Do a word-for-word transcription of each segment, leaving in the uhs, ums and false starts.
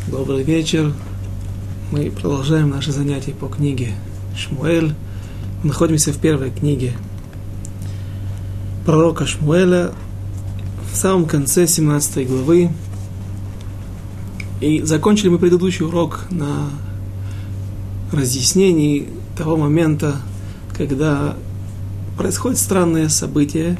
Добрый вечер. Мы продолжаем наши занятия по книге Шмуэль. Мы находимся в первой книге пророка Шмуэля, в самом конце семнадцатой главы. И закончили мы предыдущий урок на разъяснении того момента, когда происходит странное событие,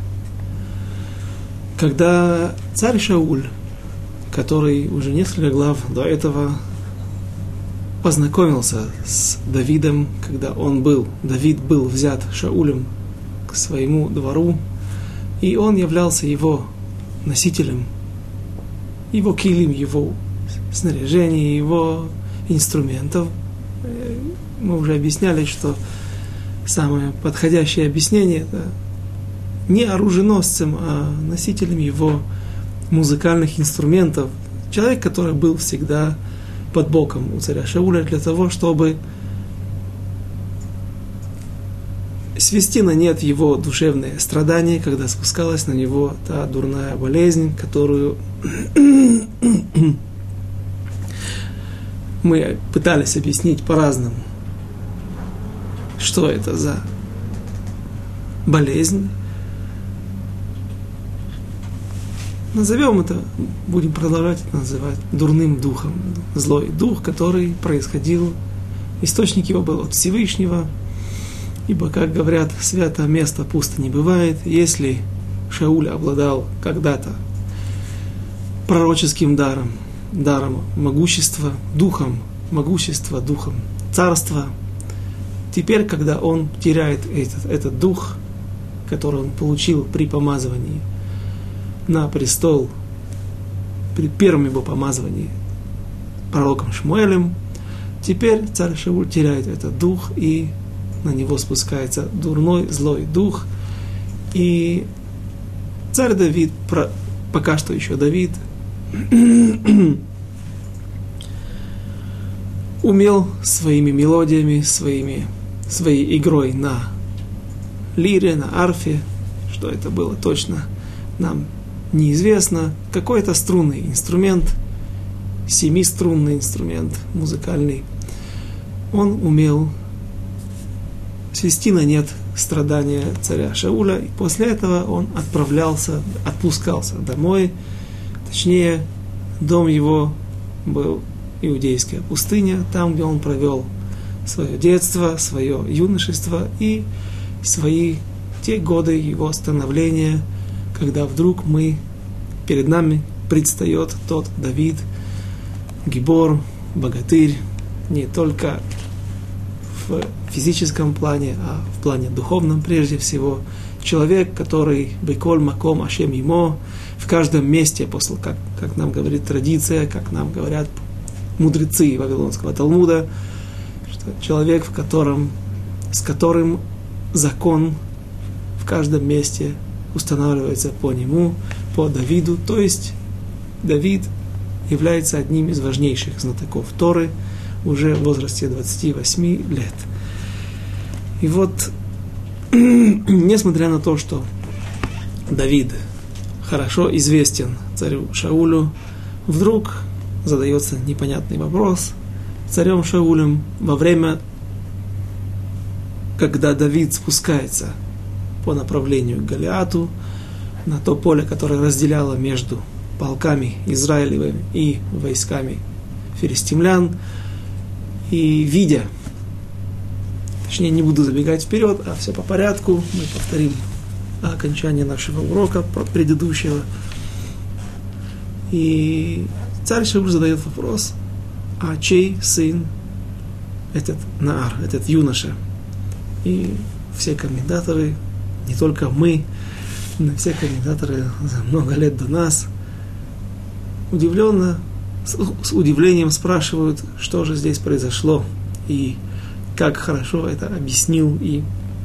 когда царь Шауль, который уже несколько глав до этого познакомился с Давидом, когда он был, Давид был взят Шаулем к своему двору, и он являлся его носителем, его килим, его снаряжения, его инструментов. Мы уже объясняли, что самое подходящее объяснение — это не оруженосцем, а носителем его музыкальных инструментов. Человек, который был всегда под боком у царя Шауля для того, чтобы свести на нет его душевные страдания, когда спускалась на него та дурная болезнь, которую мы пытались объяснить по-разному. Что это за болезнь? Назовем это, будем продолжать это называть дурным духом. Злой дух, который происходил, источник его был от Всевышнего, ибо, как говорят, святое место пусто не бывает. Если Шауль обладал когда-то пророческим даром, даром могущества, духом, могущества, духом царства, теперь, когда он теряет этот, этот дух, который он получил при помазывании на престол, при первом его помазывании пророком Шмуэлем, теперь царь Шауль теряет этот дух, и на него спускается дурной, злой дух. И царь Давид, пока что еще Давид, умел своими мелодиями, своими, своей игрой на лире, на арфе, что это было точно, нам неизвестно, какой-то струнный инструмент, семиструнный инструмент музыкальный. Он умел свести на нет страдания царя Шауля, и после этого он отправлялся, отпускался домой. Точнее, дом его был иудейская пустыня, там, где он провел свое детство, свое юношество и свои те годы его становления, когда вдруг мы, перед нами предстает тот Давид, гибор, богатырь, не только в физическом плане, а в плане духовном прежде всего. Человек, который беколь маком ашем имо, в каждом месте, после, как, как нам говорит традиция, как нам говорят мудрецы Вавилонского Талмуда, что человек, в котором, с которым закон в каждом месте устанавливается по нему, по Давиду. То есть Давид является одним из важнейших знатоков Торы уже в возрасте двадцати восьми лет. И вот, несмотря на то, что Давид хорошо известен царю Шаулю, вдруг задается непонятный вопрос царем Шаулем во время, когда Давид спускается по направлению к Голиату, на то поле, которое разделяло между полками Израилевыми и войсками филистимлян. И видя, точнее, не буду забегать вперед, а все по порядку, мы повторим окончание нашего урока предыдущего. И царь Шауль задает вопрос: а чей сын этот Наар, этот юноша? И все комментаторы, не только мы, но все комментаторы за много лет до нас, удивленно, с, с удивлением спрашивают, что же здесь произошло, и как хорошо это объяснил и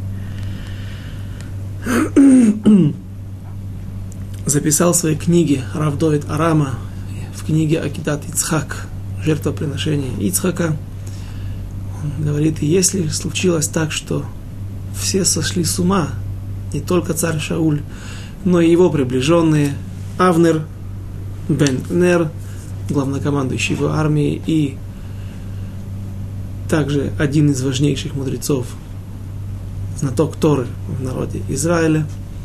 записал в своей книге Рав Довид Арама, в книге Акидат Ицхак, жертвоприношение Ицхака. Он говорит: если случилось так, что все сошли с ума, не только царь Шауль, но и его приближенные, Авнер, бен Нер, главнокомандующий его армией и также один из важнейших мудрецов, знаток Торы в народе Израиля,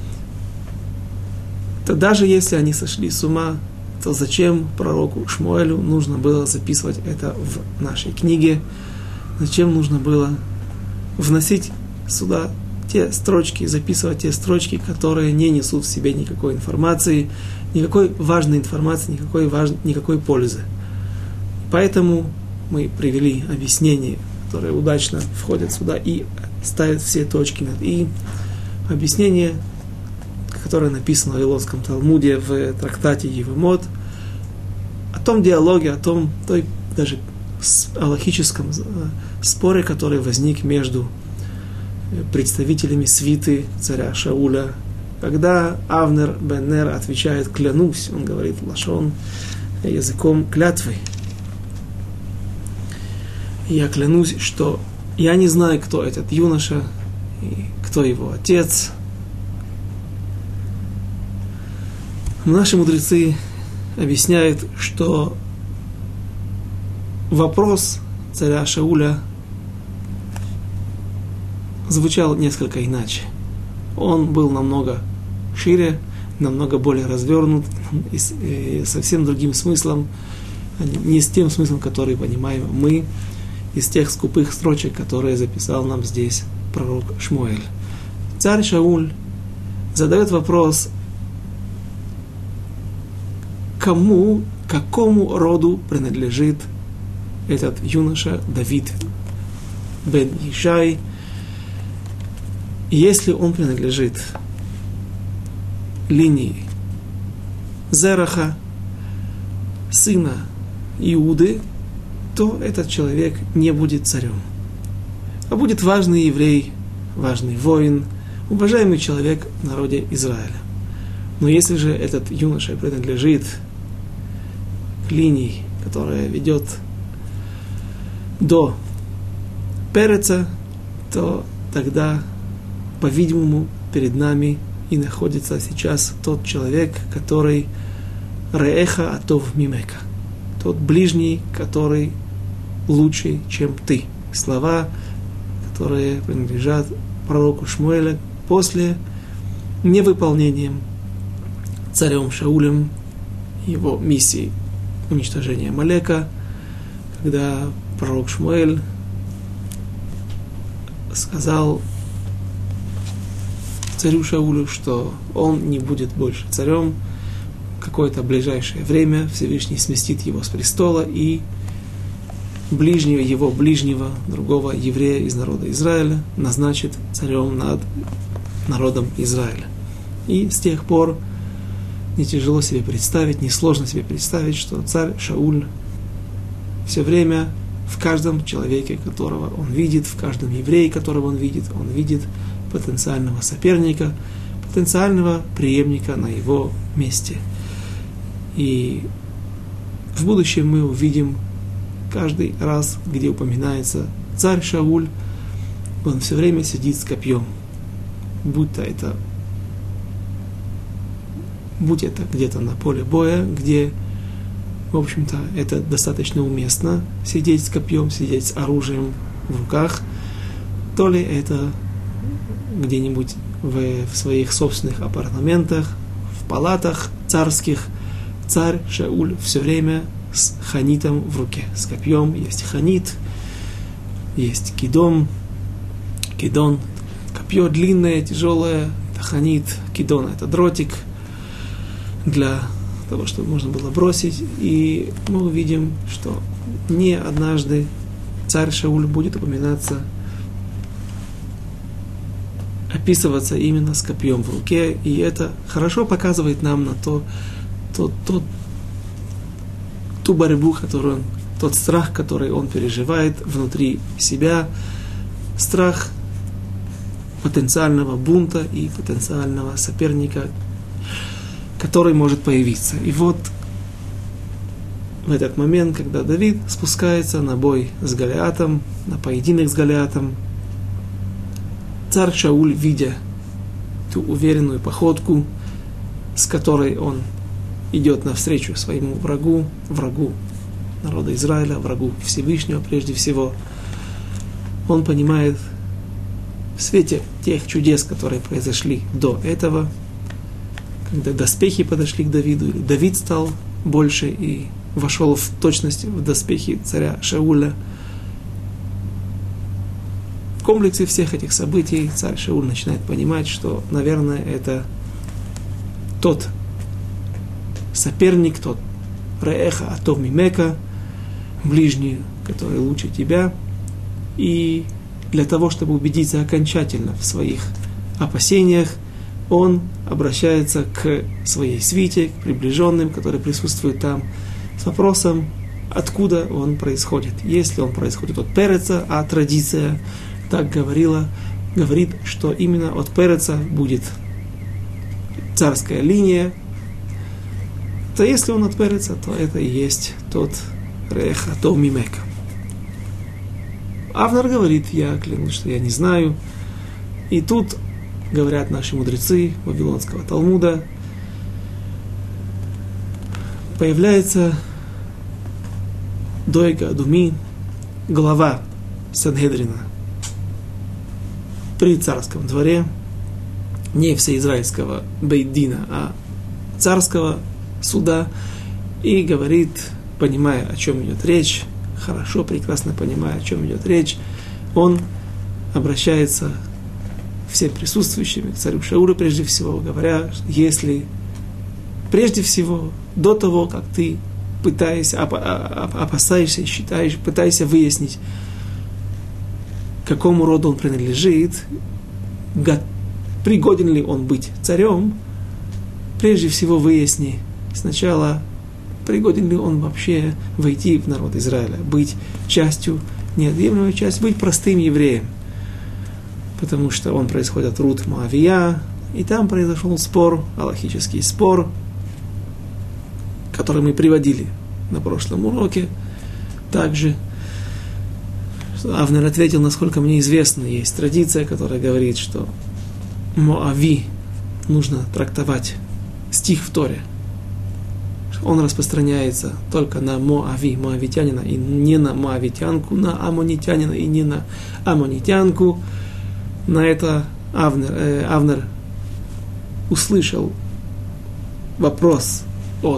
то даже если они сошли с ума, то зачем пророку Шмуэлю нужно было записывать это в нашей книге? Зачем нужно было вносить сюда те строчки, записывать те строчки, которые не несут в себе никакой информации, никакой важной информации, никакой, важ... никакой пользы. Поэтому мы привели объяснение, которое удачно входит сюда и ставит все точки над «и». Объяснение, которое написано в Вавилонском Талмуде в трактате Евамот, о том диалоге, о том той даже алахическом споре, который возник между представителями свиты царя Шауля. Когда Авнер бен Нер отвечает «клянусь», он говорит лашон, языком клятвы. Я клянусь, что я не знаю, кто этот юноша, и кто его отец. Наши мудрецы объясняют, что вопрос царя Шауля звучал несколько иначе. Он был намного шире, намного более развернут и, и совсем другим смыслом, не с тем смыслом, который понимаем мы, из тех скупых строчек, которые записал нам здесь пророк Шмуэль. Царь Шауль задает вопрос, кому, какому роду принадлежит этот юноша Давид бен Ишай, если он принадлежит линии Зераха, сына Иуды, то этот человек не будет царем, а будет важный еврей, важный воин, уважаемый человек в народе Израиля. Но если же этот юноша принадлежит к линии, которая ведет до Переца, то тогда, по-видимому, перед нами и находится сейчас тот человек, который Реэха Атов Мимека, тот ближний, который лучше, чем ты. Слова, которые принадлежат пророку Шмуэля после невыполнения царем Шаулем его миссии уничтожения Амалека, когда пророк Шмуэль сказал царю Шаулю, что он не будет больше царем, какое-то ближайшее время Всевышний сместит его с престола и ближнего, его ближнего, другого еврея из народа Израиля назначит царем над народом Израиля. И с тех пор не тяжело себе представить, не сложно себе представить, что царь Шауль все время в каждом человеке, которого он видит, в каждом еврее, которого он видит, он видит потенциального соперника, потенциального преемника на его месте. И в будущем мы увидим каждый раз, где упоминается царь Шауль, он все время сидит с копьем. Будь то это, будь это где-то на поле боя, где, в общем-то, это достаточно уместно, сидеть с копьем, сидеть с оружием в руках, то ли это где-нибудь в, в своих собственных апартаментах, в палатах царских. Царь Шауль все время с ханитом в руке, с копьем. Есть ханит, есть кидон. Кидон, копье длинное, тяжелое, это ханит. Кидон — это дротик для того, чтобы можно было бросить. И мы увидим, что не однажды царь Шауль будет упоминаться, описываться именно с копьем в руке. И это хорошо показывает нам на то, тот, тот, ту борьбу, которую он, тот страх, который он переживает внутри себя, страх потенциального бунта и потенциального соперника, который может появиться. И вот в этот момент, когда Давид спускается на бой с Голиатом, на поединок с Голиатом, царь Шауль, видя ту уверенную походку, с которой он идет навстречу своему врагу, врагу народа Израиля, врагу Всевышнего прежде всего. Он понимает в свете тех чудес, которые произошли до этого, когда доспехи подошли к Давиду, или Давид стал больше и вошел в точность в доспехи царя Шауля. В комплексе всех этих событий царь Шауль начинает понимать, что, наверное, это тот соперник, тот Реэха Атов Мимека, ближний, который лучше тебя. И для того, чтобы убедиться окончательно в своих опасениях, он обращается к своей свите, к приближенным, которые присутствуют там, с вопросом, откуда он происходит. Если он происходит от Переца, а традиция так говорила, говорит, что именно от Переца будет царская линия, то если он от Переца, то это и есть тот Реэха Атов Мимека. Авнер говорит, я клянусь, что я не знаю. И тут говорят наши мудрецы Вавилонского Талмуда, появляется Дойга Адуми, глава Сангедрина при царском дворе, не всеизраильского бейт-дина, а царского суда, и говорит, понимая, о чем идет речь, хорошо, прекрасно понимая, о чем идет речь, он обращается к всем присутствующим, к царю Шаулю прежде всего, говоря, если прежде всего, до того, как ты пытаешься, опасаешься и считаешь, пытаешься выяснить, какому роду он принадлежит, пригоден ли он быть царем, прежде всего выясни сначала, пригоден ли он вообще войти в народ Израиля, быть частью, неотъемлемой частью, быть простым евреем. Потому что он происходит от Рут Моавия, и там произошел спор, алахический спор, который мы приводили на прошлом уроке. Также Авнер ответил, насколько мне известно, есть традиция, которая говорит, что Моави нужно трактовать стих в Торе. Он распространяется только на Моави, моавитянина, и не на моавитянку, на аммонитянина и не на аммонитянку. На это Авнер, э, Авнер услышал вопрос от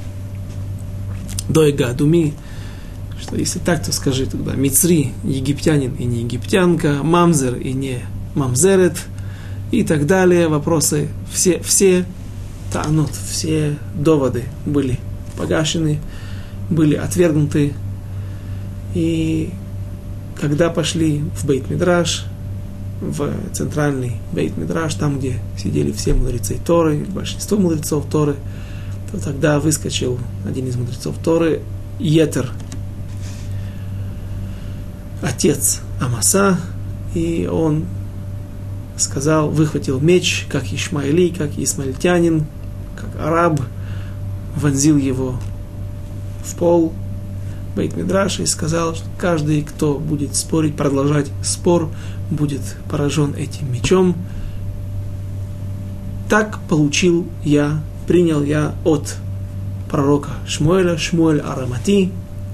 Дойга Адуми, что если так, то скажи тогда Мицри, египтянин и не египтянка, Мамзер и не Мамзерет, и так далее. Вопросы, все, все таанот, все доводы были погашены, были отвергнуты. И когда пошли в Бейт-Мидраш, в центральный Бейт-Мидраш, там, где сидели все мудрецы Торы, большинство мудрецов Торы, то тогда выскочил один из мудрецов Торы, Йетер, отец Амаса, и он сказал, выхватил меч, как Ишмаили, как исмаильтянин, как араб, вонзил его в пол Бейт-Мидраша и сказал, что каждый, кто будет спорить, продолжать спор, будет поражен этим мечом. Так получил я, принял я от пророка Шмуэля, Шмуэль Арамати,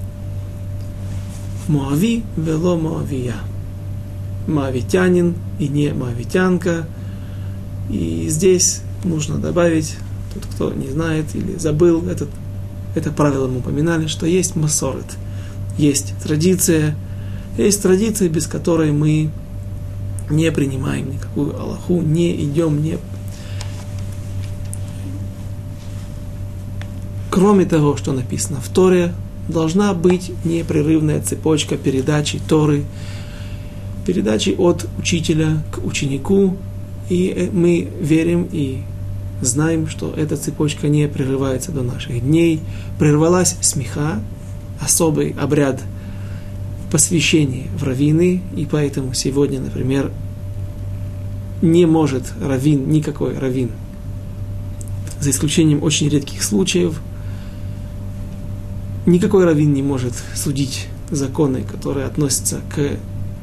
Моави вело Моавия, моавитянин и не моавитянка. И здесь нужно добавить, тот, кто не знает или забыл, этот, это правило мы упоминали, что есть масорет, есть традиция, есть традиция, без которой мы не принимаем никакую алаху, не идем, не... Кроме того, что написано в Торе, должна быть непрерывная цепочка передачи Торы, передачи от учителя к ученику, и мы верим и знаем, что эта цепочка не прерывается до наших дней. Прервалась смеха, особый обряд посвящения в раввины, и поэтому сегодня, например, не может раввин, никакой раввин, за исключением очень редких случаев, никакой раввин не может судить законы, которые относятся к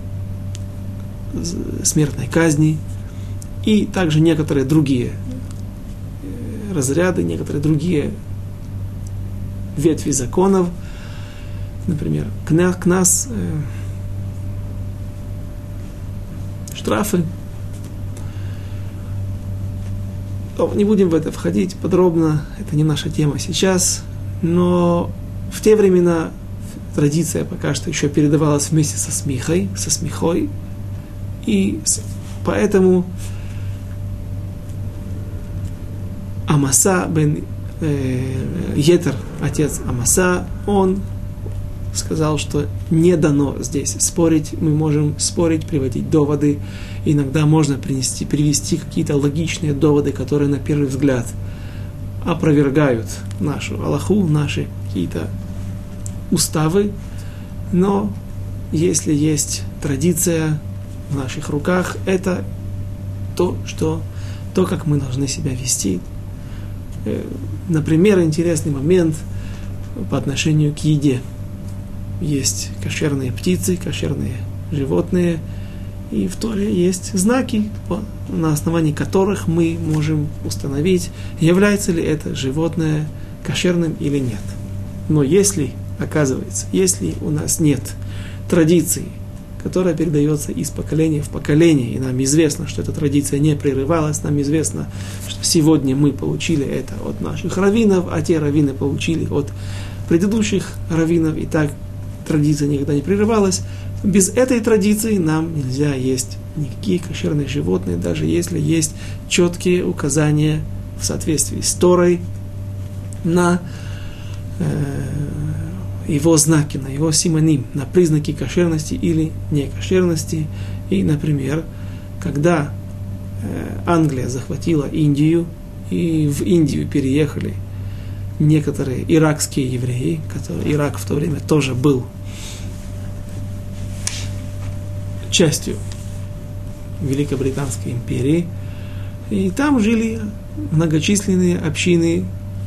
смертной казни, и также некоторые другие разряды, некоторые другие ветви законов, например, кна, кнас, э, штрафы. Но не будем в это входить подробно, это не наша тема сейчас, но в те времена традиция пока что еще передавалась вместе со смихой, со смихой, и поэтому Амаса бен э, Етер, отец Амаса, он сказал, что не дано здесь спорить, мы можем спорить, приводить доводы, иногда можно принести, привести какие-то логичные доводы, которые на первый взгляд опровергают нашу алаху, наши какие-то уставы, но если есть традиция в наших руках, это то, что, то, как мы должны себя вести. Например, интересный момент по отношению к еде. Есть кошерные птицы, кошерные животные, и в Торе есть знаки, на основании которых мы можем установить, является ли это животное кошерным или нет. Но если, оказывается, если у нас нет традиции, которая передается из поколения в поколение, и нам известно, что эта традиция не прерывалась, нам известно, что сегодня мы получили это от наших раввинов, а те раввины получили от предыдущих раввинов, и так традиция никогда не прерывалась. Без этой традиции нам нельзя есть никакие кошерные животные, даже если есть четкие указания в соответствии с Торой на э, его знаки, на его симоним, на признаки кошерности или некошерности. И, например, когда э, Англия захватила Индию, и в Индию переехали некоторые иракские евреи, которые, Ирак в то время тоже был частью Великобританской империи, и там жили многочисленные общины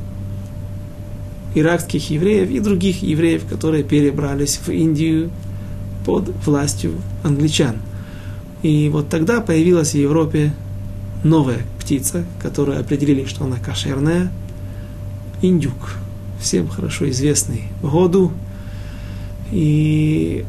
иракских евреев и других евреев, которые перебрались в Индию под властью англичан. И вот тогда появилась в Европе новая птица, которую определили, что она кошерная, индюк, всем хорошо известный в году. И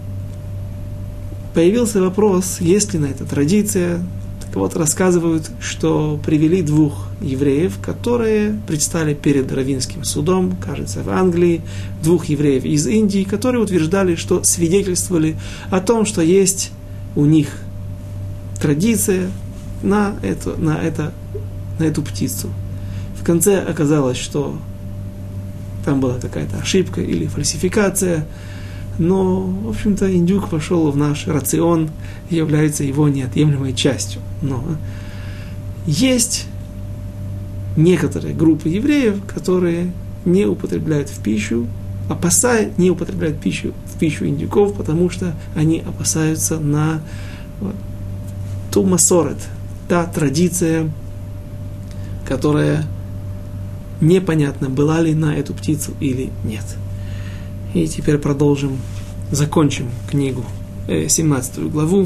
появился вопрос, есть ли на это традиция. Так вот, рассказывают, что привели двух евреев, которые предстали перед раввинским судом, кажется, в Англии, двух евреев из Индии, которые утверждали, что свидетельствовали о том, что есть у них традиция на эту, на это, на эту птицу. В конце оказалось, что там была какая-то ошибка или фальсификация, но, в общем-то, индюк пошел в наш рацион, является его неотъемлемой частью. Но есть некоторые группы евреев, которые не употребляют в пищу, опасают, не употребляют пищу, в пищу индюков, потому что они опасаются на вот, ту масорет, та традиция, которая непонятно, была ли на эту птицу или нет. И теперь продолжим, закончим книгу, семнадцатую главу.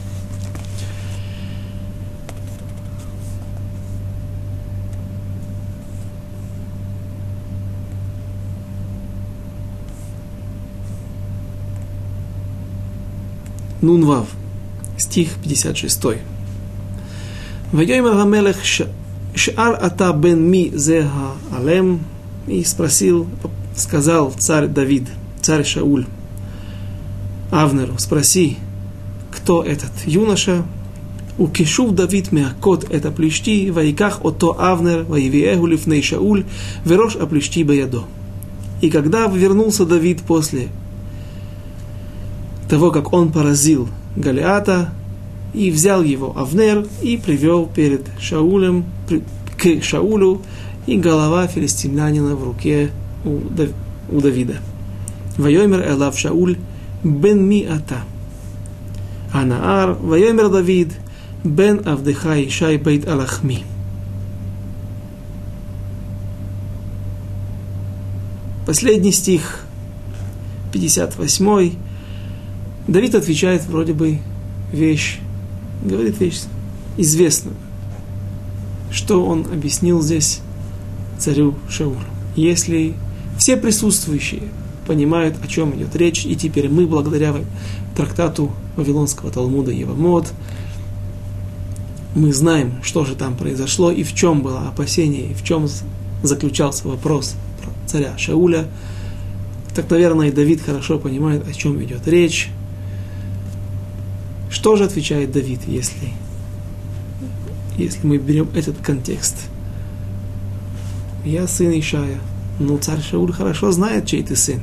Нун вав, стих пятьдесят шесть. «Вайомер ха-мелех шар ата бен ми зе ха-алем». И спросил, сказал царь Давид, царь Шауль, Авнеру, спроси, кто этот юноша? «Укишув Давид меакот это плешти, ваиках ото Авнер, ваивиэгу лифней Шауль, верош аплешти баядо». И когда вернулся Давид после того, как он поразил Голиата, и взял его Авнер, и привел перед Шаулем, к Шаулю, и голова филистимлянина в руке у, Дав, у Давида. «Вайомер элав Шауль бен ми ата. Анаар, вайомер Давид бен Авдеха Ишай бейт алахми». Последний стих, пятьдесят восьмой. Давид отвечает вроде бы вещь, говорит вещь известную. Что он объяснил здесь царю Шаулю? Если в все присутствующие понимают, о чем идет речь, и теперь мы, благодаря трактату Вавилонского Талмуда Евамот, мы знаем, что же там произошло, и в чем было опасение, и в чем заключался вопрос про царя Шауля. Так, наверное, и Давид хорошо понимает, о чем идет речь. Что же отвечает Давид, если, если мы берем этот контекст? Я сын Ишая. Ну, царь Шауль хорошо знает, чей ты сын.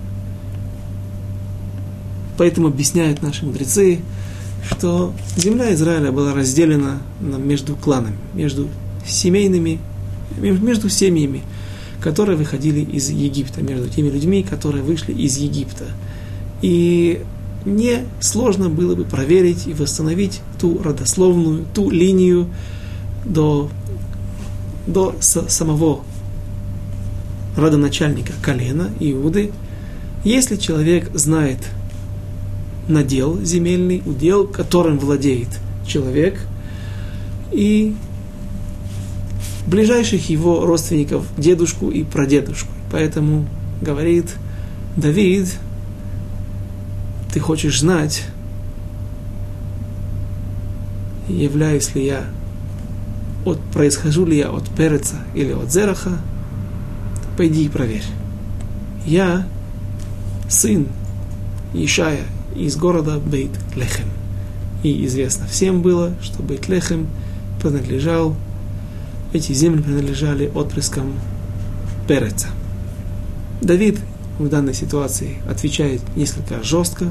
Поэтому объясняют наши мудрецы, что земля Израиля была разделена между кланами, между семейными, между семьями, которые выходили из Египта, между теми людьми, которые вышли из Египта. И не сложно было бы проверить и восстановить ту родословную, ту линию до, до самого родоначальника колена Иуды, если человек знает надел земельный, удел, которым владеет человек, и ближайших его родственников, дедушку и прадедушку. Поэтому говорит Давид: ты хочешь знать, являюсь ли я, от, происхожу ли я от Переца или от Зераха, пойди и проверь. Я сын Ишая из города Бейт-Лехем. И известно всем было, что Бейт-Лехем принадлежал, эти земли принадлежали отпрыскам Переца. Давид в данной ситуации отвечает несколько жестко,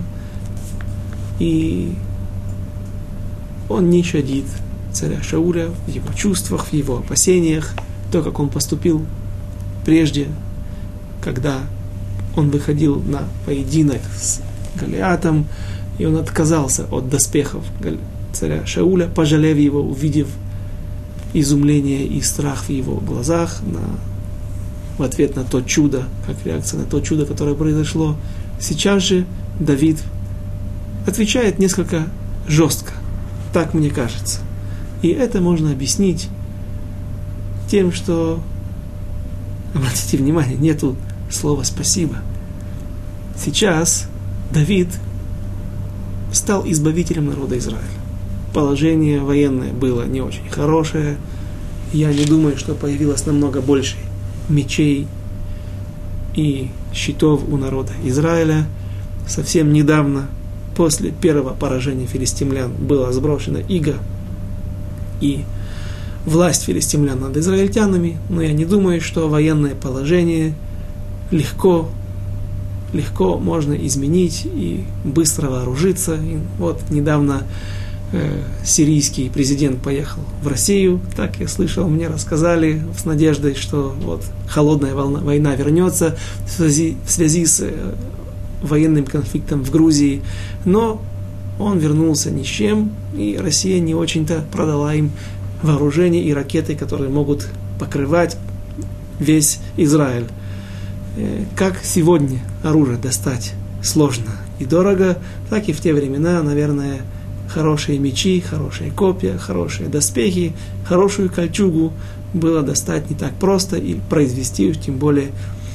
и он не щадит царя Шауля в его чувствах, в его опасениях, то, как он поступил прежде, когда он выходил на поединок с Голиатом, и он отказался от доспехов царя Шауля, пожалев его, увидев изумление и страх в его глазах на, в ответ на то чудо, как реакция на то чудо, которое произошло. Сейчас же Давид отвечает несколько жестко, так мне кажется. И это можно объяснить тем, что, обратите внимание, нету слова «спасибо». Сейчас Давид стал избавителем народа Израиля. Положение военное было не очень хорошее. Я не думаю, что появилось намного больше мечей и щитов у народа Израиля. Совсем недавно, после первого поражения филистимлян, была сброшена ига и власть филистимлян над израильтянами, но я не думаю, что военное положение легко, легко можно изменить и быстро вооружиться. И вот недавно э, сирийский президент поехал в Россию, так я слышал, мне рассказали, с надеждой, что вот холодная волна, война вернется в связи, в связи с э, военным конфликтом в Грузии, но он вернулся ни с чем, и Россия не очень-то продала им вооружение и ракеты, которые могут покрывать весь Израиль. Как сегодня оружие достать сложно и дорого, так и в те времена, наверное, хорошие мечи, хорошие копья, хорошие доспехи, хорошую кольчугу было достать не так просто, и произвести уж тем более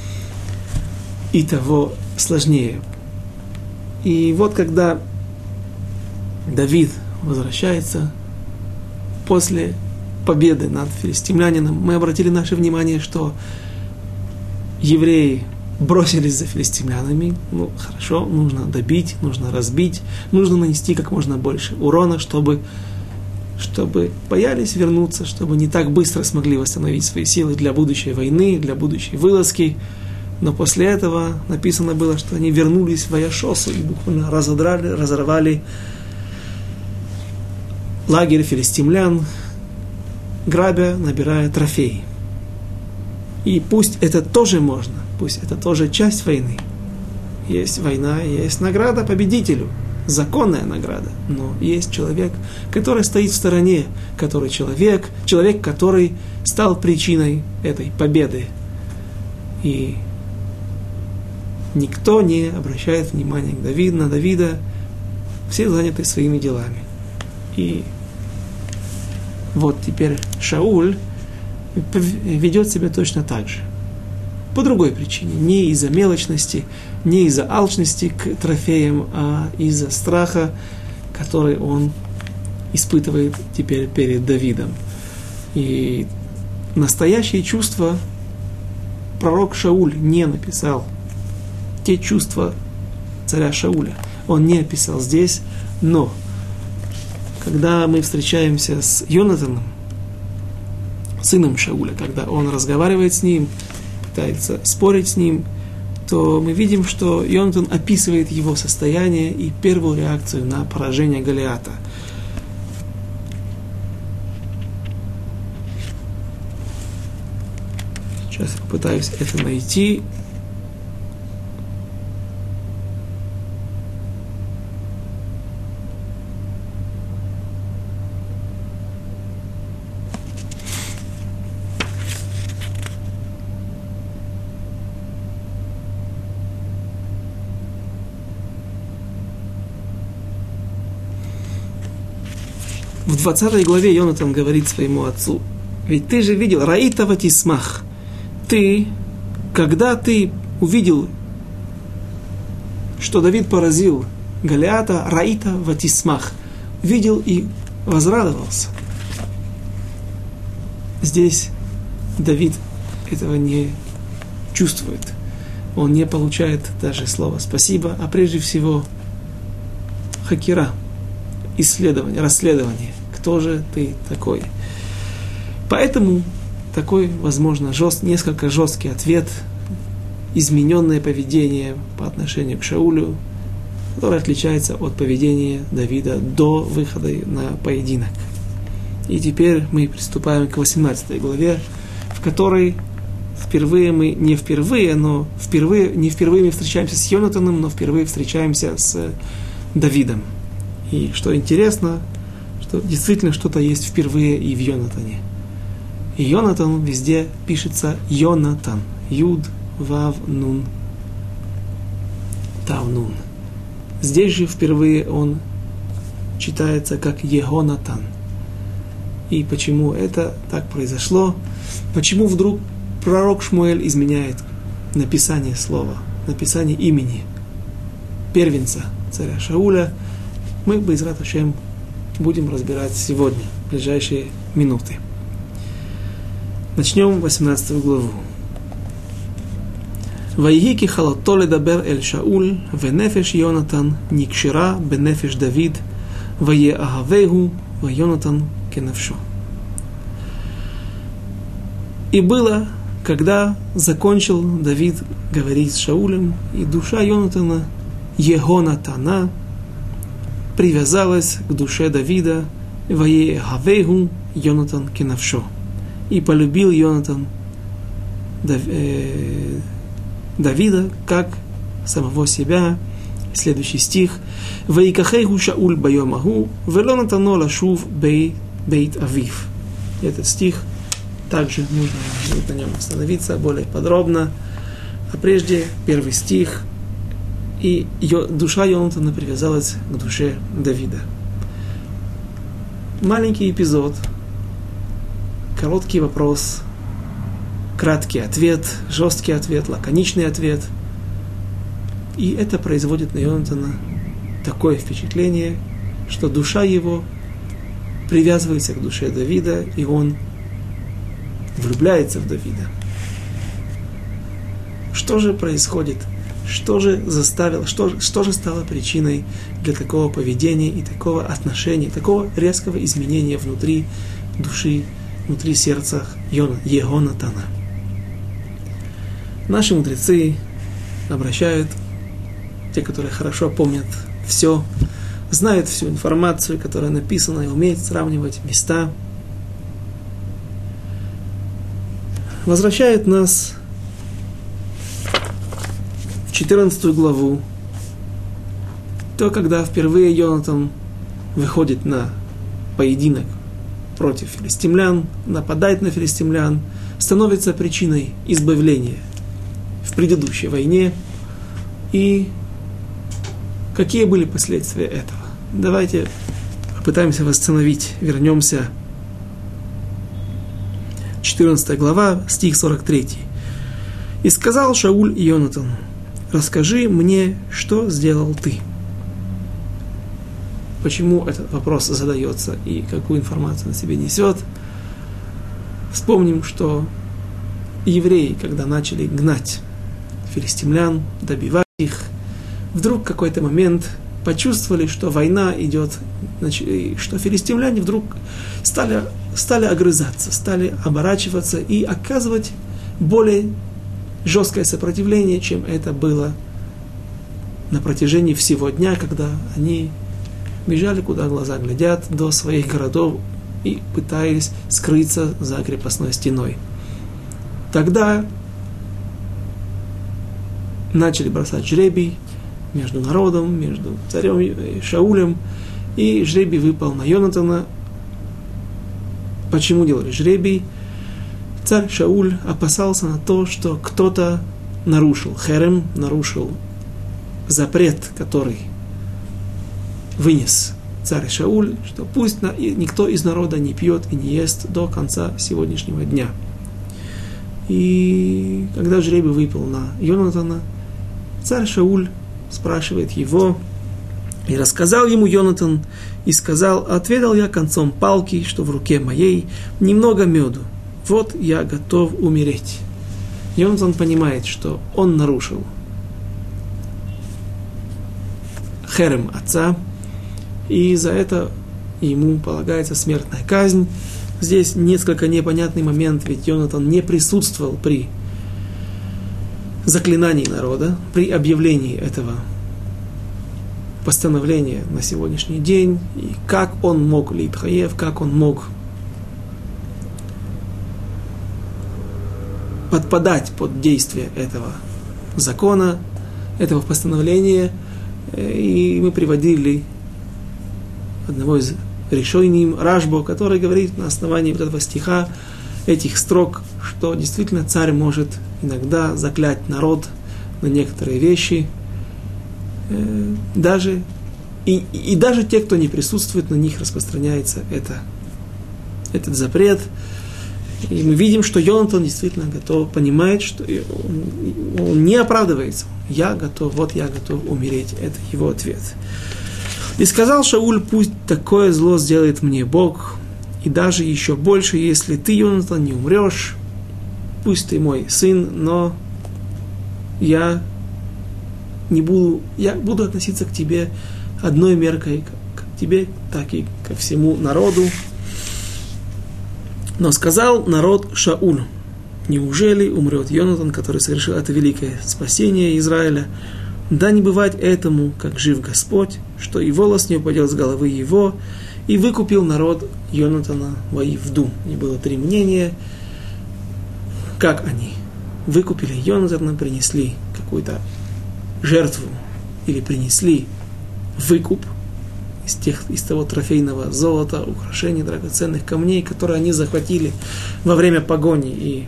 и того сложнее. И вот когда Давид возвращается после победы над филистимлянином, мы обратили наше внимание, что евреи бросились за филистимлянами. Ну, хорошо, нужно добить, нужно разбить, нужно нанести как можно больше урона, чтобы, чтобы боялись вернуться, чтобы не так быстро смогли восстановить свои силы для будущей войны, для будущей вылазки. Но после этого написано было, что они вернулись в Аяшосу и буквально разодрали, разорвали лагерь филистимлян, грабя, набирая трофеи. И пусть это тоже можно, пусть это тоже часть войны. Есть война, есть награда победителю, законная награда. Но есть человек, который стоит в стороне, который человек, человек, который стал причиной этой победы. И никто не обращает внимания к Давиду, на Давида, все заняты своими делами. И вот теперь Шауль ведет себя точно так же. по другой причине. Не из-за мелочности, не из-за алчности к трофеям, а из-за страха, который он испытывает теперь перед Давидом. И настоящие чувства пророк Шауль не написал. Те чувства царя Шауля он не описал здесь, но когда мы встречаемся с Йонатаном, сыном Шауля, когда он разговаривает с ним, пытается спорить с ним, то мы видим, что Йонатан описывает его состояние и первую реакцию на поражение Голиата. Сейчас я попытаюсь это найти. В двадцатой главе Йонатан говорит своему отцу: ведь ты же видел, раита ватисмах, ты, когда ты увидел, что Давид поразил Голиата, раита ватисмах, видел и возрадовался. Здесь Давид этого не чувствует. Он не получает даже слова «спасибо», а прежде всего хакира, исследование, расследование. Кто же ты такой? Поэтому такой, возможно, жест, несколько жесткий ответ, измененное поведение по отношению к Шаулю, которое отличается от поведения Давида до выхода на поединок. И теперь мы приступаем к восемнадцатой главе, в которой впервые мы, не впервые, но впервые, не впервые мы встречаемся с Йонатаном, но впервые встречаемся с Давидом. И что интересно, что действительно что-то есть впервые и в Йонатане. И Йонатан везде пишется Йонатан. Юд, Вав, Нун, Тав, Нун. Здесь же впервые он читается как Егонатан. И почему это так произошло? Почему вдруг пророк Шмуэль изменяет написание слова, написание имени первенца царя Шауля? Мы, Бейзрат Ашем, будем разбирать сегодня, в ближайшие минуты. Начнем восемнадцатую главу. «Ваиги ки халото ледабер эль Шауль, венефеш Йонатан никшира бенефеш Давид, вае агавегу, ва Йонатан кенавшо». И было, когда закончил Давид говорить с Шаулем, и душа Йонатана, Егонатана, привязалась к душе Давида, вае агавегу, Йонатан кенавшо. И полюбил Йонатан Давида как самого себя. Следующий стих. «Ваикахейгу Шауль байом агу, вело натано лашув бейт авив». Этот стих также нужно на нем остановиться более подробно. А прежде первый стих. И душа Йонатана привязалась к душе Давида. Маленький эпизод. Короткий вопрос, краткий ответ, жесткий ответ, лаконичный ответ. И это производит на Йонатана такое впечатление, что душа его привязывается к душе Давида, и он влюбляется в Давида. Что же происходит? Что же заставило, что, что же стало причиной для такого поведения и такого отношения, такого резкого изменения внутри души, внутри сердца Егонатана? Наши мудрецы обращают, те, которые хорошо помнят все, знают всю информацию, которая написана, и умеют сравнивать места, возвращают нас в четырнадцатую главу, то, когда впервые Йонатан выходит на поединок против филистимлян, нападает на филистимлян, становится причиной избавления в предыдущей войне. И какие были последствия этого? Давайте попытаемся восстановить. Вернемся. четырнадцатая глава, стих сорок три. И сказал Шауль Йонатану: расскажи мне, что сделал ты. Почему этот вопрос задается и какую информацию на себе несет? Вспомним, что евреи, когда начали гнать филистимлян, добивать их, вдруг в какой-то момент почувствовали, что война идет, что филистимляне вдруг стали, стали огрызаться, стали оборачиваться и оказывать более жесткое сопротивление, чем это было на протяжении всего дня, когда они бежали, куда глаза глядят, до своих городов и пытались скрыться за крепостной стеной. Тогда начали бросать жребий между народом, между царем и Шаулем, и жребий выпал на Йонатана. Почему делали жребий? Царь Шауль опасался на то, что кто-то нарушил херем, нарушил запрет, который вынес царь Шауль, что пусть никто из народа не пьет и не ест до конца сегодняшнего дня. И когда жребий выпал на Йонатана, царь Шауль спрашивает его, и рассказал ему Йонатан, и сказал: отведал я концом палки, что в руке моей, немного меду, вот я готов умереть. Йонатан понимает, что он нарушил херем отца, и за это ему полагается смертная казнь. Здесь несколько непонятный момент, ведь Йонатан не присутствовал при заклинании народа, при объявлении этого постановления на сегодняшний день, и как он мог литхаев, как он мог подпадать под действие этого закона, этого постановления. И мы приводили одного из решений Рашбо, который говорит на основании вот этого стиха, этих строк, что действительно царь может иногда заклять народ на некоторые вещи, даже, и, и даже те, кто не присутствует, на них распространяется это, этот запрет. И мы видим, что Йонатан действительно готов, понимает, что он, он не оправдывается. Я готов, вот я готов умереть. Это его ответ. И сказал Шауль: пусть такое зло сделает мне Бог, и даже еще больше, если ты, Йонатан, не умрешь. Пусть ты мой сын, но я не буду, я буду относиться к тебе одной меркой, как к тебе, так и ко всему народу. Но сказал народ Шаулю: неужели умрет Йонатан, который совершил это великое спасение Израиля? Да не бывать этому, как жив Господь, что и волос не упадет с головы его, и выкупил народ Йонатана воевду. И было три мнения, как они выкупили Йонатана, принесли какую-то жертву или принесли выкуп из, тех, из того трофейного золота, украшений, драгоценных камней, которые они захватили во время погони и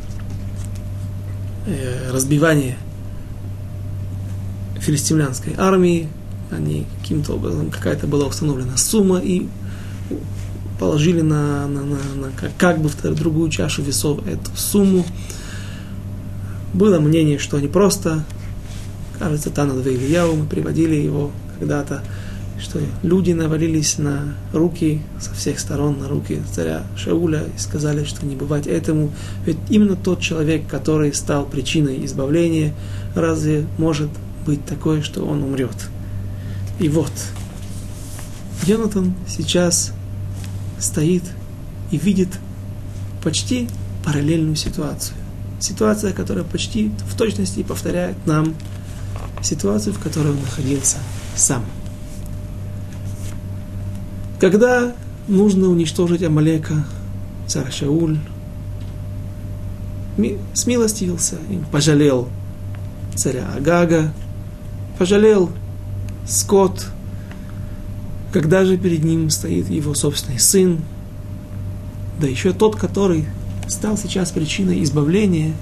э, разбивания филистимлянской армии. Они каким-то образом, какая-то была установлена сумма, и положили на, на, на, на как, как бы в другую чашу весов эту сумму. Было мнение, что они просто, кажется, Танат Ильяу, мы приводили его когда-то, что люди навалились на руки со всех сторон, на руки царя Шауля, и сказали, что не бывать этому, ведь именно тот человек, который стал причиной избавления, разве может быть такое, что он умрет? И вот Йонатан сейчас стоит и видит почти параллельную ситуацию. Ситуация, которая почти в точности повторяет нам ситуацию, в которой он находился сам. Когда нужно уничтожить Амалека, царь Шауль смилостивился и пожалел царя Агага, пожалел скот. Когда же перед ним стоит его собственный сын, да еще тот, который стал сейчас причиной избавления,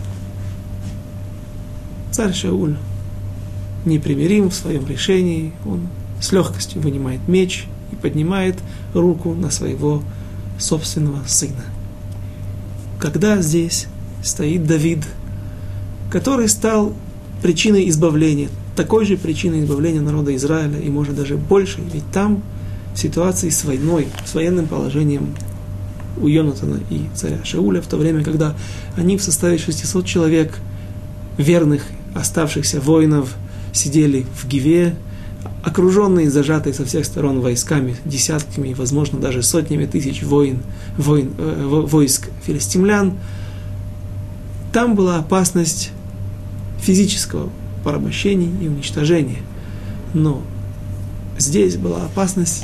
царь Шауль непримирим в своем решении, он с легкостью вынимает меч и поднимает руку на своего собственного сына. Когда здесь стоит Давид, который стал причиной избавления, такой же причиной избавления народа Израиля, и может даже больше, ведь там в ситуации с войной, с военным положением у Йонатана и царя Шауля, в то время, когда они в составе шестисот человек, верных, оставшихся воинов, сидели в Гиве, окруженные, зажатые со всех сторон войсками, десятками, возможно, даже сотнями тысяч воин, воин, э, войск филистимлян, там была опасность физического порабощения и уничтожения. Но здесь была опасность,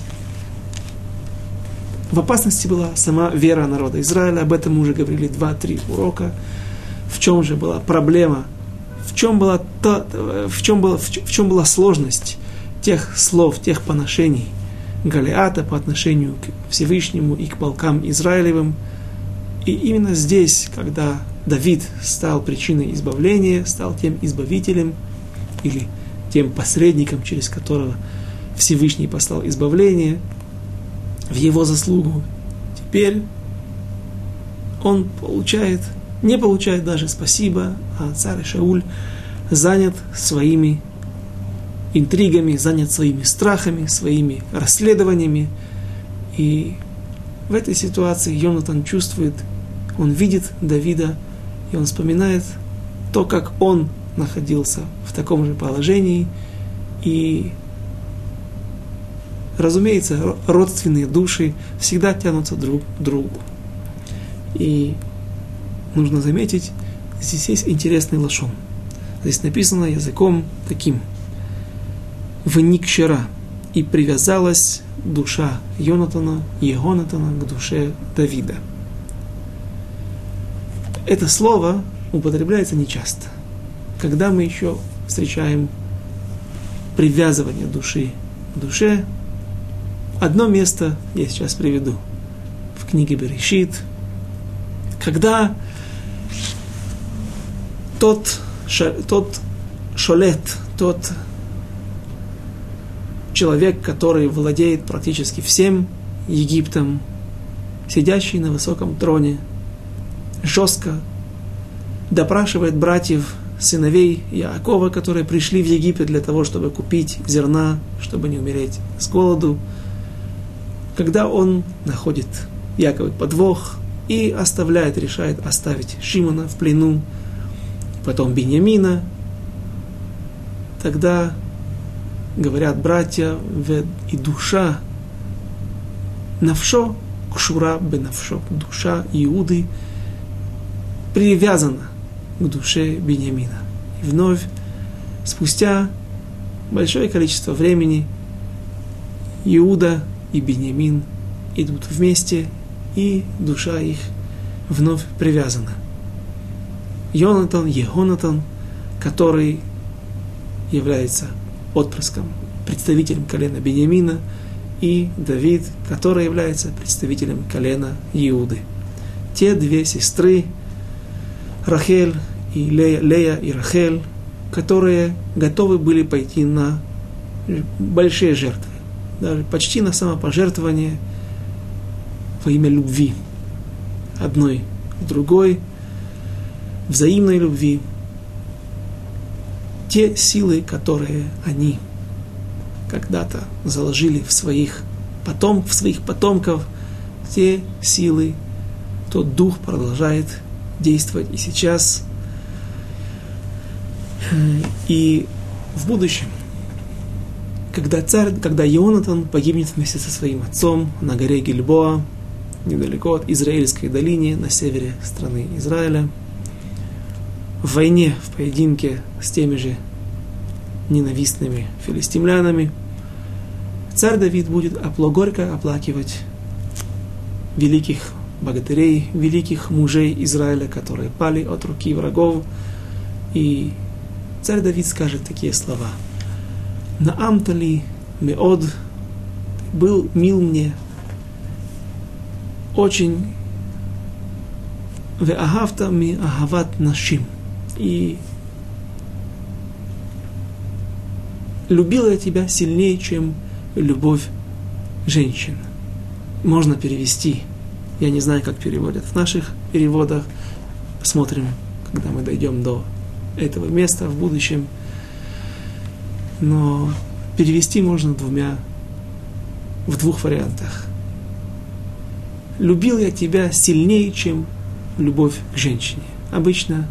в опасности была сама вера народа Израиля, об этом мы уже говорили два-три урока. В чем же была проблема, в чем была, та, в чем была, в чем была сложность тех слов, тех поношений Голиата по отношению к Всевышнему и к полкам Израилевым. И именно здесь, когда Давид стал причиной избавления, стал тем избавителем или тем посредником, через которого Всевышний послал избавление в его заслугу, теперь он получает, не получает даже спасибо, а царь Шауль занят своими интригами, занят своими страхами, своими расследованиями. И в этой ситуации Йонатан чувствует, он видит Давида, и он вспоминает то, как он находился в таком же положении. И, разумеется, родственные души всегда тянутся друг к другу. И нужно заметить, здесь есть интересный лашон. Здесь написано языком таким: «Вникшера», и привязалась душа Йонатана, Егонатана к душе Давида. Это слово употребляется нечасто. Когда мы еще встречаем привязывание души к душе, одно место я сейчас приведу. В книге Берешит, когда тот, тот шолет, тот человек, который владеет практически всем Египтом, сидящий на высоком троне, жестко допрашивает братьев, сыновей Яакова, которые пришли в Египет для того, чтобы купить зерна, чтобы не умереть с голоду. Когда он находит Яакова подвох и оставляет, решает оставить Шимона в плену, потом Биньямина, тогда говорят братья, и душа навшо кшура бенавшо, душа Иуды привязана к душе Биньямина. И вновь, спустя большое количество времени, Иуда и Биньямин идут вместе, и душа их вновь привязана. Йонатан, Егонатан, который является отпрыском, представителем колена Биньямина, и Давид, который является представителем колена Иуды. Те две сестры, Рахель и Лея, Лея и Рахель, которые готовы были пойти на большие жертвы, даже почти на самопожертвование во имя любви одной к другой, взаимной любви. Те силы, которые они когда-то заложили в своих, потом, в своих потомков, те силы, тот дух продолжает действовать и сейчас, и в будущем, когда царь, когда Йонатан погибнет вместе со своим отцом на горе Гильбоа, недалеко от Израильской долины, на севере страны Израиля, в войне, в поединке с теми же ненавистными филистимлянами, царь Давид будет опло, горько оплакивать великих богатырей, великих мужей Израиля, которые пали от руки врагов. И царь Давид скажет такие слова: «Наамтали меод», был мил мне очень, «веагавта ми агават нашим», и любила я тебя сильнее, чем любовь женщин. Можно перевести. Я не знаю, как переводят в наших переводах. Посмотрим, когда мы дойдем до этого места в будущем. Но перевести можно двумя, в двух вариантах. Любил я тебя сильнее, чем любовь к женщине. Обычно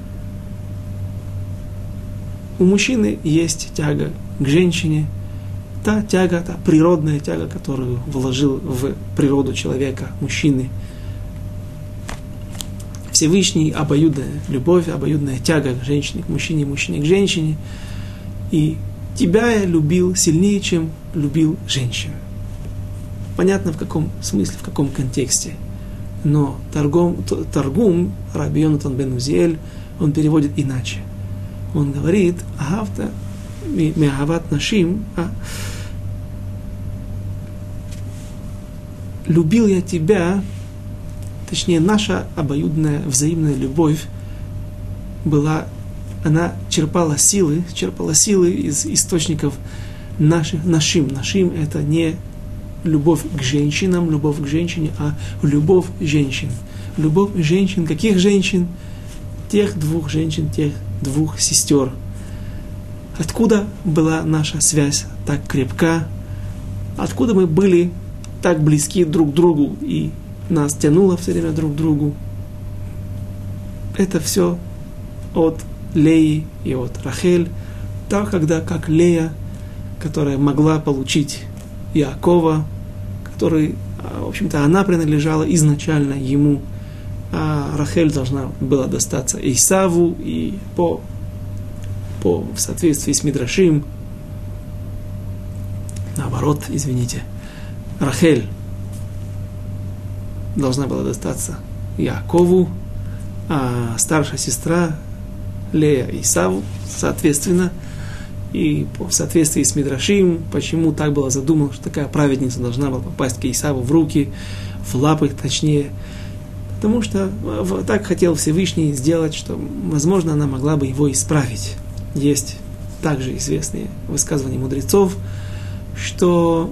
у мужчины есть тяга к женщине, та тяга, та природная тяга, которую вложил в природу человека, мужчины. Всевышний, обоюдная любовь, обоюдная тяга к женщине, к мужчине, мужчине к женщине. И тебя я любил сильнее, чем любил женщин. Понятно, в каком смысле, в каком контексте. Но Таргум, Таргум Раби Йонатан бен Узиэль, он переводит иначе. Он говорит, агавта меагават нашим, а любил я тебя, точнее, наша обоюдная взаимная любовь была, она черпала силы, черпала силы из источников наших, нашим. Нашим — это не любовь к женщинам, любовь к женщине, а любовь женщин. Любовь женщин, каких женщин? Тех двух женщин, тех двух сестер. Откуда была наша связь так крепка? Откуда мы были так близки друг к другу и нас тянуло все время друг к другу? Это все от Леи и от Рахель. Так, когда как Лея, которая могла получить Яакова, который, в общем-то, она принадлежала изначально ему, а Рахель должна была достаться Исаву, и по, по в соответствии с Мидрашим, наоборот, извините, Рахель должна была достаться Яакову, а старшая сестра Лея Исаву, соответственно. И в соответствии с Мидрашим, почему так было задумано, что такая праведница должна была попасть к Исаву в руки, в лапы, точнее. Потому что так хотел Всевышний сделать, что, возможно, она могла бы его исправить. Есть также известные высказывания мудрецов, что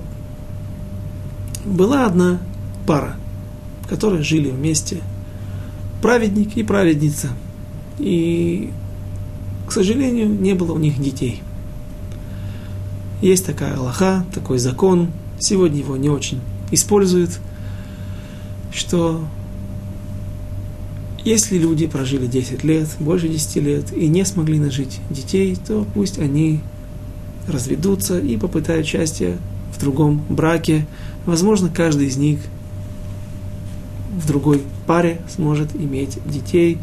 была одна пара, которые жили вместе, праведник и праведница. И, к сожалению, не было у них детей. Есть такая алаха, такой закон, сегодня его не очень используют, что если люди прожили десять лет, больше десяти лет, и не смогли нажить детей, то пусть они разведутся и попытают счастье в другом браке. Возможно, каждый из них в другой паре сможет иметь детей.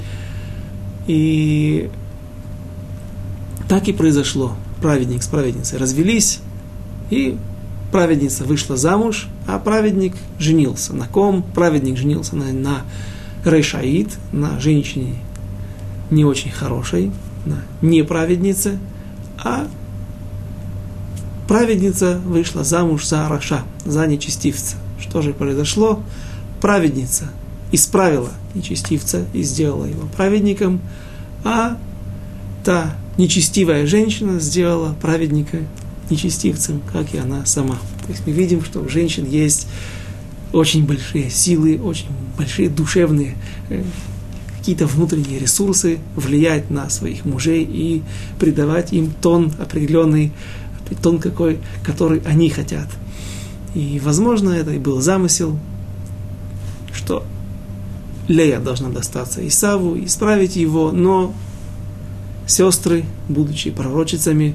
И так и произошло. Праведник с праведницей развелись, и праведница вышла замуж, а праведник женился. На ком? Праведник женился на, на Решаит, на женщине не очень хорошей, на неправеднице, а праведница вышла замуж за Раша, за нечестивца. Что же произошло? Праведница исправила нечестивца и сделала его праведником, а та нечестивая женщина сделала праведника нечестивцем, как и она сама. То есть мы видим, что у женщин есть очень большие силы, очень большие душевные э, какие-то внутренние ресурсы влиять на своих мужей и придавать им тон определенный, тон какой, который они хотят. И, возможно, это и был замысел, что Лея должна достаться Исаву, исправить его, но сестры, будучи пророчицами,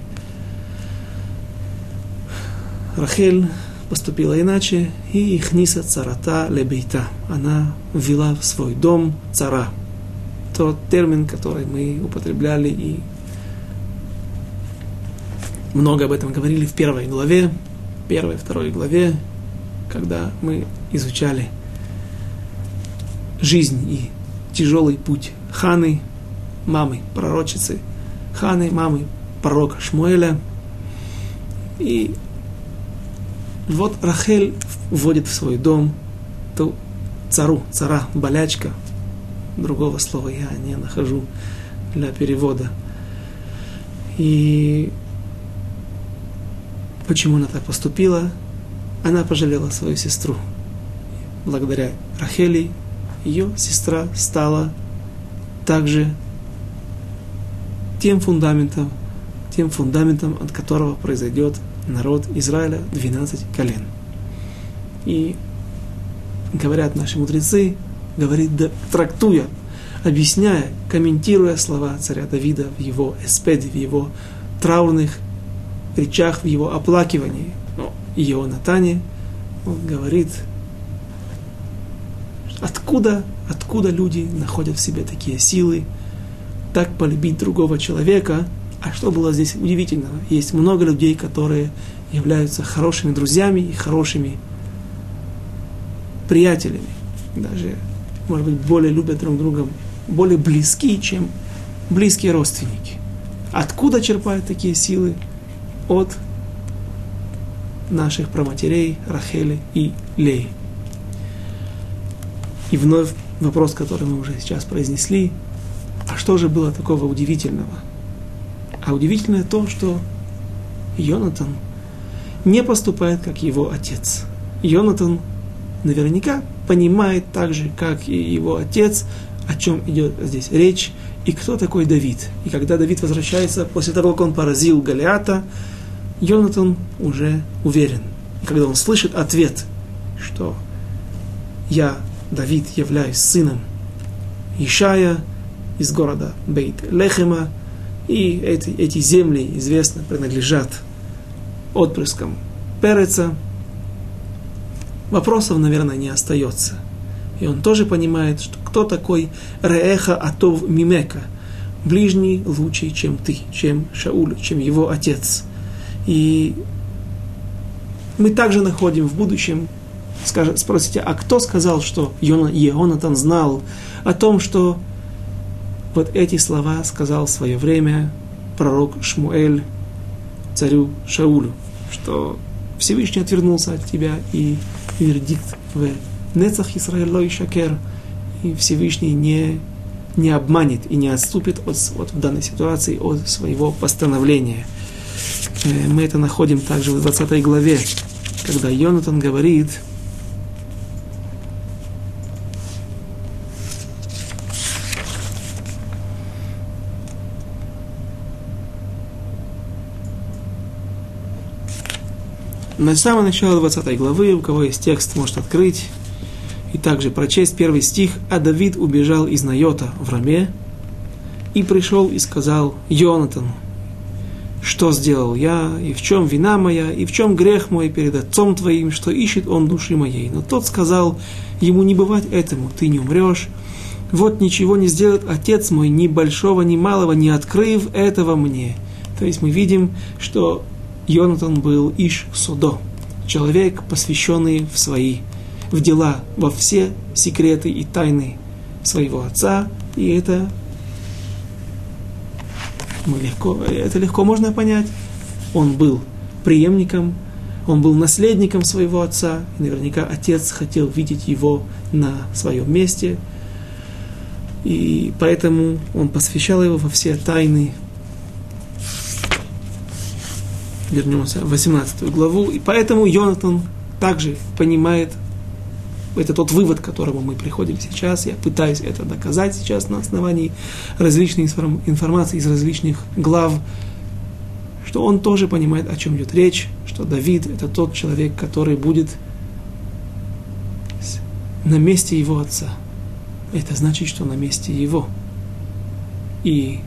Рахель поступила иначе, и ихниса царата лебейта. Она ввела в свой дом цара. Тот термин, который мы употребляли и много об этом говорили в первой главе, первой, второй главе, когда мы изучали жизнь и тяжелый путь Ханы, мамы пророчицы Ханы, мамы пророка Шмуэля. И вот Рахель вводит в свой дом ту цару, цара, болячка. Другого слова я не нахожу для перевода. И почему она так поступила? Она пожалела свою сестру. Благодаря Рахели ее сестра стала также тем фундаментом, тем фундаментом, от которого произойдет народ Израиля, двенадцать колен. И говорят наши мудрецы, говорит, да, трактуя, объясняя, комментируя слова царя Давида в его эспеде, в его траурных речах, в его оплакивании, ну, Йеонатане, он говорит, откуда, откуда люди находят в себе такие силы, так полюбить другого человека. А что было здесь удивительного? Есть много людей, которые являются хорошими друзьями и хорошими приятелями. Даже, может быть, более любят друг друга, более близки, чем близкие родственники. Откуда черпают такие силы? От наших праматерей Рахели и Леи. И вновь вопрос, который мы уже сейчас произнесли, а что же было такого удивительного? А удивительное то, что Йонатан не поступает, как его отец. Йонатан наверняка понимает так же, как и его отец, о чем идет здесь речь, и кто такой Давид. И когда Давид возвращается после того, как он поразил Голиата, Йонатан уже уверен. И когда он слышит ответ, что я, Давид, являюсь сыном Ишая из города Бейт-Лехема, и эти, эти земли, известно, принадлежат отпрыскам Переца, вопросов, наверное, не остается. И он тоже понимает, что кто такой Реэха Атов Мимека, ближний лучший, чем ты, чем Шауль, чем его отец. И мы также находим в будущем, скажем, спросите, а кто сказал, что Йонатан знал о том, что вот эти слова сказал в свое время пророк Шмуэль царю Шаулю, что Всевышний отвернулся от тебя, и вердикт в Нецах Исраэль ло ишакер, и Всевышний не, не обманет и не отступит от, от, в данной ситуации от своего постановления. Мы это находим также в двадцатой главе, когда Йонатан говорит: на самое начало двадцатой главы, у кого есть текст, может открыть и также прочесть первый стих. «А Давид убежал из Найота в Раме и пришел и сказал Йонатану: что сделал я, и в чем вина моя, и в чем грех мой перед отцом твоим, что ищет он души моей. Но тот сказал ему: не бывать этому, ты не умрешь. Вот ничего не сделает отец мой, ни большого, ни малого, не открыв этого мне». То есть мы видим, что Йонатан был иш судо, человек, посвященный в свои, в дела, во все секреты и тайны своего отца, и это, мы легко, это легко можно понять. Он был преемником, он был наследником своего отца, и наверняка отец хотел видеть его на своем месте, и поэтому он посвящал его во все тайны. Вернемся в восемнадцатую главу. И поэтому Йонатан также понимает, это тот вывод, к которому мы приходим сейчас. Я пытаюсь это доказать сейчас на основании различной информации из различных глав, что он тоже понимает, о чем идет речь, что Давид — это тот человек, который будет на месте его отца. Это значит, что на месте его. И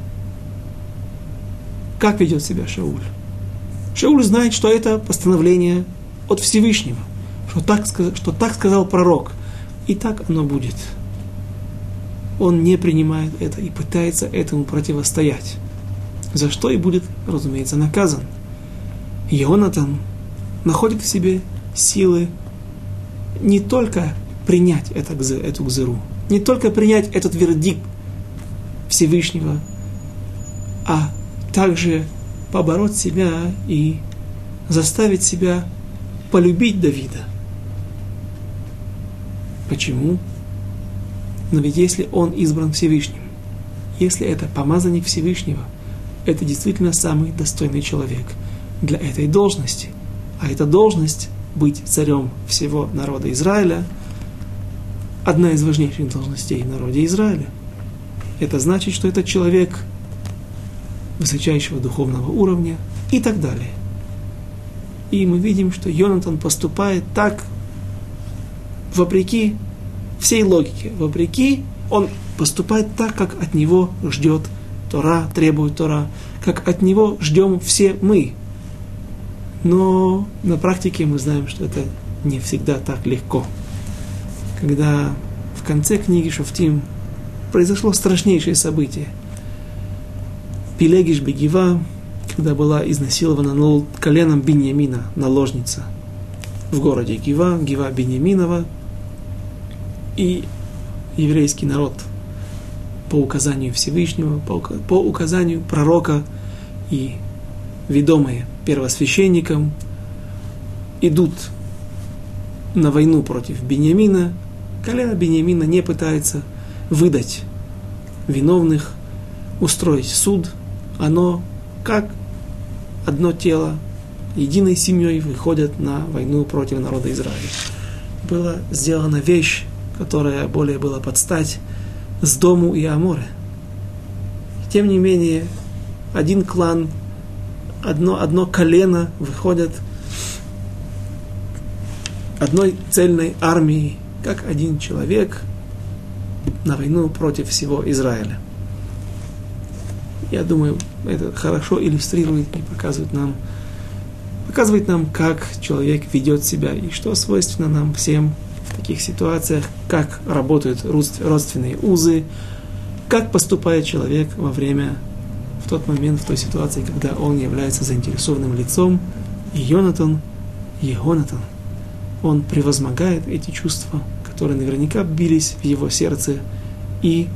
как ведет себя Шауль? Шауль знает, что это постановление от Всевышнего, что так, что так сказал пророк, и так оно будет. Он не принимает это и пытается этому противостоять, за что и будет, разумеется, наказан. Йонатан находит в себе силы не только принять это, эту гзыру, не только принять этот вердикт Всевышнего, а также побороть себя и заставить себя полюбить Давида. Почему? Но ведь если он избран Всевышним, если это помазанник Всевышнего, это действительно самый достойный человек для этой должности. А эта должность — быть царем всего народа Израиля — одна из важнейших должностей в народе Израиля. Это значит, что этот человек высочайшего духовного уровня и так далее. И мы видим, что Йонатан поступает так, вопреки всей логике, вопреки, он поступает так, как от него ждет Тора, требует Тора, как от него ждем все мы. Но на практике мы знаем, что это не всегда так легко. Когда в конце книги Шофтим произошло страшнейшее событие. Пелегиш Бегива, когда была изнасилована коленом Биньямина, наложница, в городе Гива, Гива Биньяминова, и еврейский народ по указанию Всевышнего, по, по указанию пророка и ведомые первосвященником идут на войну против Биньямина. Колено Биньямина не пытается выдать виновных, устроить суд. Оно, как одно тело, единой семьей выходят на войну против народа Израиля. Была сделана вещь, которая более была под стать Сдому и Аморе. Тем не менее, один клан, одно, одно колено выходят одной цельной армией, как один человек, на войну против всего Израиля. Я думаю, это хорошо иллюстрирует и показывает нам, показывает нам, как человек ведет себя и что свойственно нам всем в таких ситуациях, как работают родственные узы, как поступает человек во время, в тот момент, в той ситуации, когда он является заинтересованным лицом. И Йонатан, Ехонатан, он превозмогает эти чувства, которые наверняка бились в его сердце, и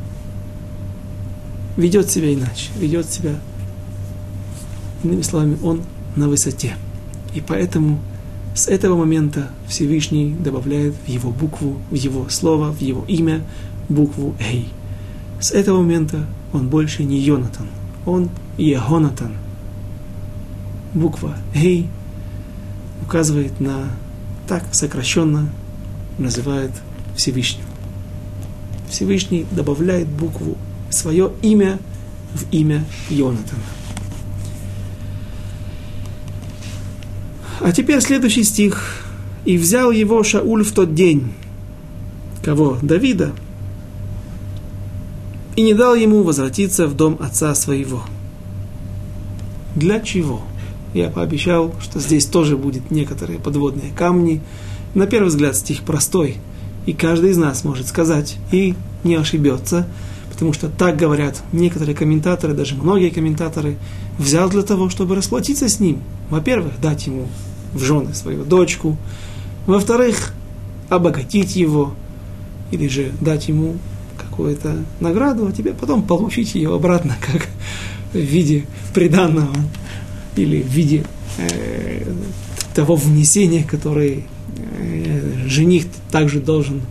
ведет себя иначе, ведет себя, иными словами, он на высоте. И поэтому с этого момента Всевышний добавляет в его букву, в его слово, в его имя букву «Эй». С этого момента он больше не Йонатан, он Ехонатан. Буква «Эй» указывает на, так сокращенно называет Всевышнего. Всевышний добавляет букву, свое имя в имя Йонатана. А теперь следующий стих. «И взял его Шауль в тот день». Кого? Давида. «И не дал ему возвратиться в дом отца своего». Для чего? Я пообещал, что здесь тоже будет некоторые подводные камни. На первый взгляд стих простой, и каждый из нас может сказать, и не ошибется, потому что так говорят некоторые комментаторы, даже многие комментаторы, взял для того, чтобы расплатиться с ним. Во-первых, дать ему в жены свою дочку, во-вторых, обогатить его, или же дать ему какую-то награду, а тебе потом получить ее обратно, как в виде приданного, или в виде э, того внесения, которое э, жених также должен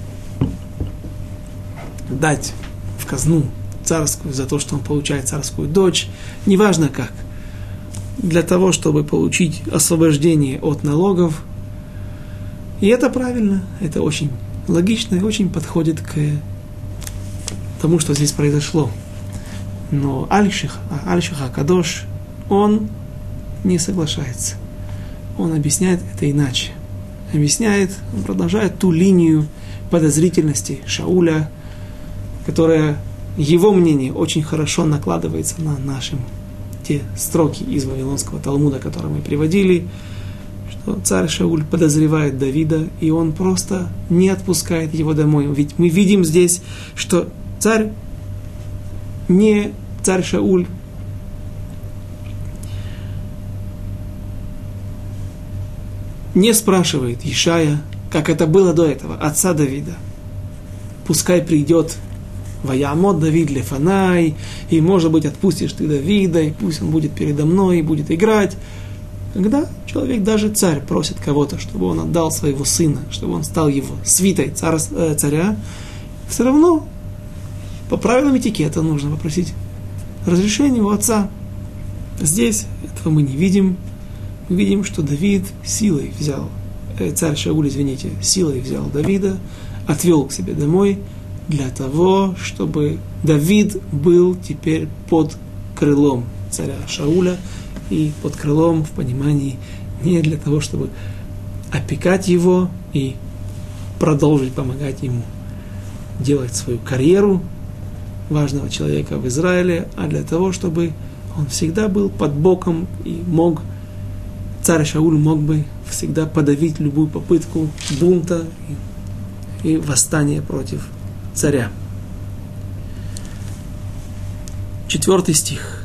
дать в казну царскую за то, что он получает царскую дочь, неважно как, для того, чтобы получить освобождение от налогов. И это правильно, это очень логично и очень подходит к тому, что здесь произошло. Но Аль-Ших, Аль-Ших ха-Кадош, он не соглашается. Он объясняет это иначе. Объясняет, он продолжает ту линию подозрительности Шауля, которая, его мнение, очень хорошо накладывается на наши те строки из Вавилонского Талмуда, которые мы приводили, что царь Шауль подозревает Давида, и он просто не отпускает его домой. Ведь мы видим здесь, что царь, не царь Шауль, не спрашивает Ишая, как это было до этого, отца Давида. Пускай придет Ваямот Давид лефанай, и, может быть, отпустишь ты Давида, и пусть он будет передо мной и будет играть. Когда человек, даже царь, просит кого-то, чтобы он отдал своего сына, чтобы он стал его свитой царь, э, царя, все равно по правилам этикета нужно попросить разрешения у отца. Здесь этого мы не видим. Мы видим, что Давид силой взял, э, царь Шауль, извините, силой взял Давида, отвел к себе домой, для того, чтобы Давид был теперь под крылом царя Шауля и под крылом в понимании не для того, чтобы опекать его и продолжить помогать ему делать свою карьеру важного человека в Израиле, а для того, чтобы он всегда был под боком и мог, царь Шауль мог бы всегда подавить любую попытку бунта и, и восстания против царя. Четвертый стих.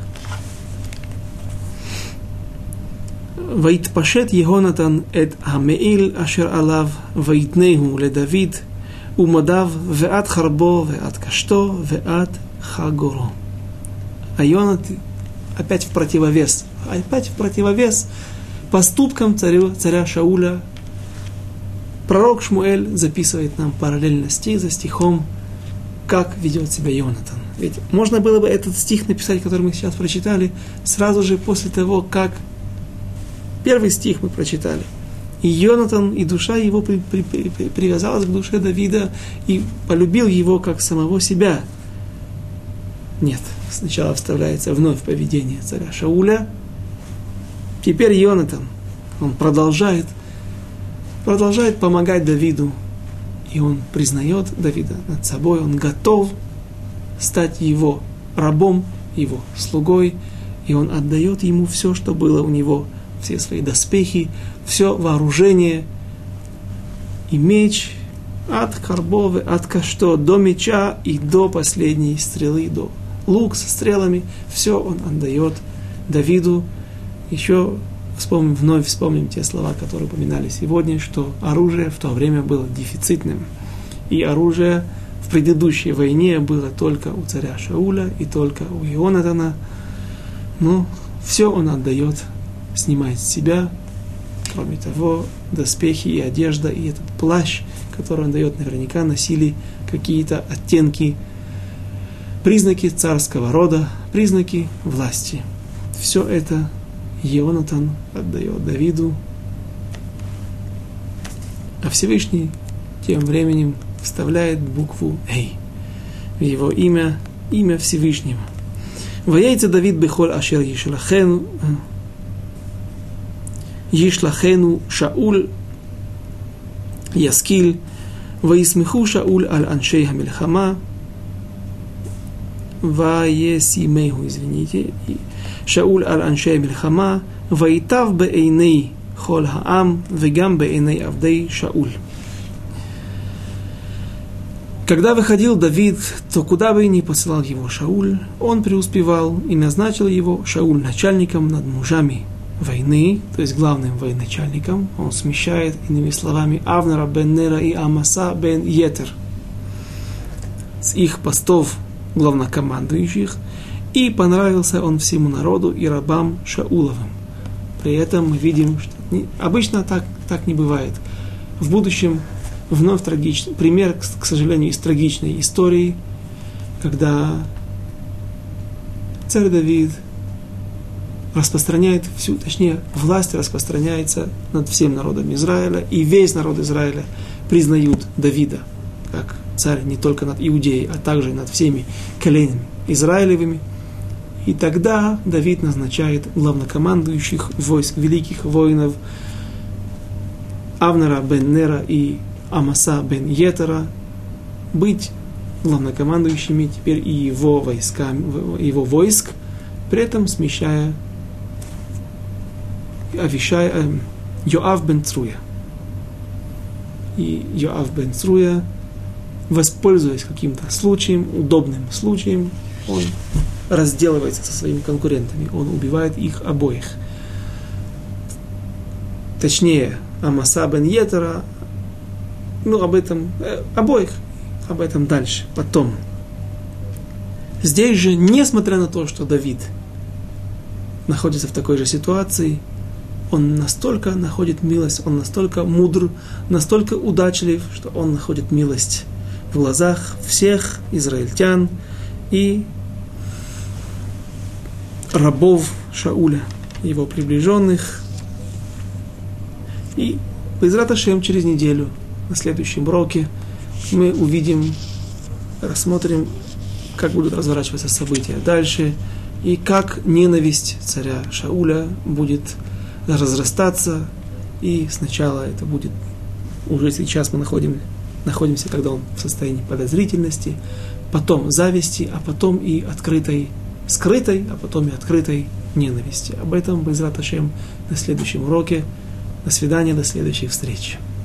«Ваитпашет Йехонатан эт хамеил ашер алав ваитнейху ледавид умадав веат харбо веат кашто веат хагоро». А Йонат опять в противовес, опять в противовес поступкам царя, царя Шауля. Пророк Шмуэль записывает нам параллельно стих за стихом, как ведет себя Йонатан. Ведь можно было бы этот стих написать, который мы сейчас прочитали, сразу же после того, как первый стих мы прочитали. И Йонатан, и душа его при, при, при, при, привязалась к душе Давида и полюбил его как самого себя. Нет, сначала вставляется вновь поведение царя Шауля. Теперь Йонатан, он продолжает, продолжает помогать Давиду. И он признает Давида над собой, он готов стать его рабом, его слугой, и он отдает ему все, что было у него, все свои доспехи, все вооружение, и меч от карбовы, от кашто, до меча и до последней стрелы, до лук со стрелами, все он отдает Давиду. Еще вспомним, вновь вспомним те слова, которые упоминали сегодня, что оружие в то время было дефицитным. И оружие в предыдущей войне было только у царя Шауля и только у Йонатана. Но все он отдает, снимает с себя. Кроме того, доспехи и одежда, и этот плащ, который он дает, наверняка носили какие-то оттенки, признаки царского рода, признаки власти. Все это Йонатан отдает Давиду, а Всевышний тем временем вставляет букву «Эй» в его имя, имя Всевышнего. «Ваяйца Давид бехоль ашер yiшлахenu yiшлахenu Шауль яскиль ваисмеху Шауль аль аншей хамильхама ваесимейху», извините, Шауль аль аншей мильхама ваитав беэйней хол хаам вегам беэйней авдей Шауль. Когда выходил Давид, то куда бы ни посылал его Шауль, он преуспевал и назначил его Шауль начальником над мужами войны, то есть главным военачальником. Он смещает, иными словами, Авнера бен Нера и Амаса бен Йетер с их постов главнокомандующих, и понравился он всему народу и рабам Шауловым. При этом мы видим, что не, обычно так, так не бывает. В будущем вновь трагичный пример, к, к сожалению, из трагичной истории, когда царь Давид распространяет всю, точнее, власть распространяется над всем народом Израиля, и весь народ Израиля признают Давида как царь не только над Иудеей, а также над всеми коленями израилевыми. И тогда Давид назначает главнокомандующих войск, великих воинов Авнера бен Нера и Амаса бен Йетера быть главнокомандующими теперь и его войсками, его войск, при этом смещая Авишай, э, Йоав бен Цруя. И Йоав бен Цруя, воспользуясь каким-то случаем, удобным случаем, он разделывается со своими конкурентами, он убивает их обоих. Точнее, Амаса бен Йетера, ну, об этом, э, обоих, об этом дальше, потом. Здесь же, несмотря на то, что Давид находится в такой же ситуации, он настолько находит милость, он настолько мудр, настолько удачлив, что он находит милость в глазах всех израильтян и рабов Шауля, его приближенных. И Бе'эзрат Ашем через неделю на следующем уроке мы увидим, рассмотрим, как будут разворачиваться события дальше, и как ненависть царя Шауля будет разрастаться, и сначала это будет, уже сейчас мы находим, находимся, когда он в состоянии подозрительности, потом зависти, а потом и открытой, скрытой, а потом и открытой ненависти. Об этом, Бе'эзрат Ашем, на следующем уроке. До свидания, до следующих встреч.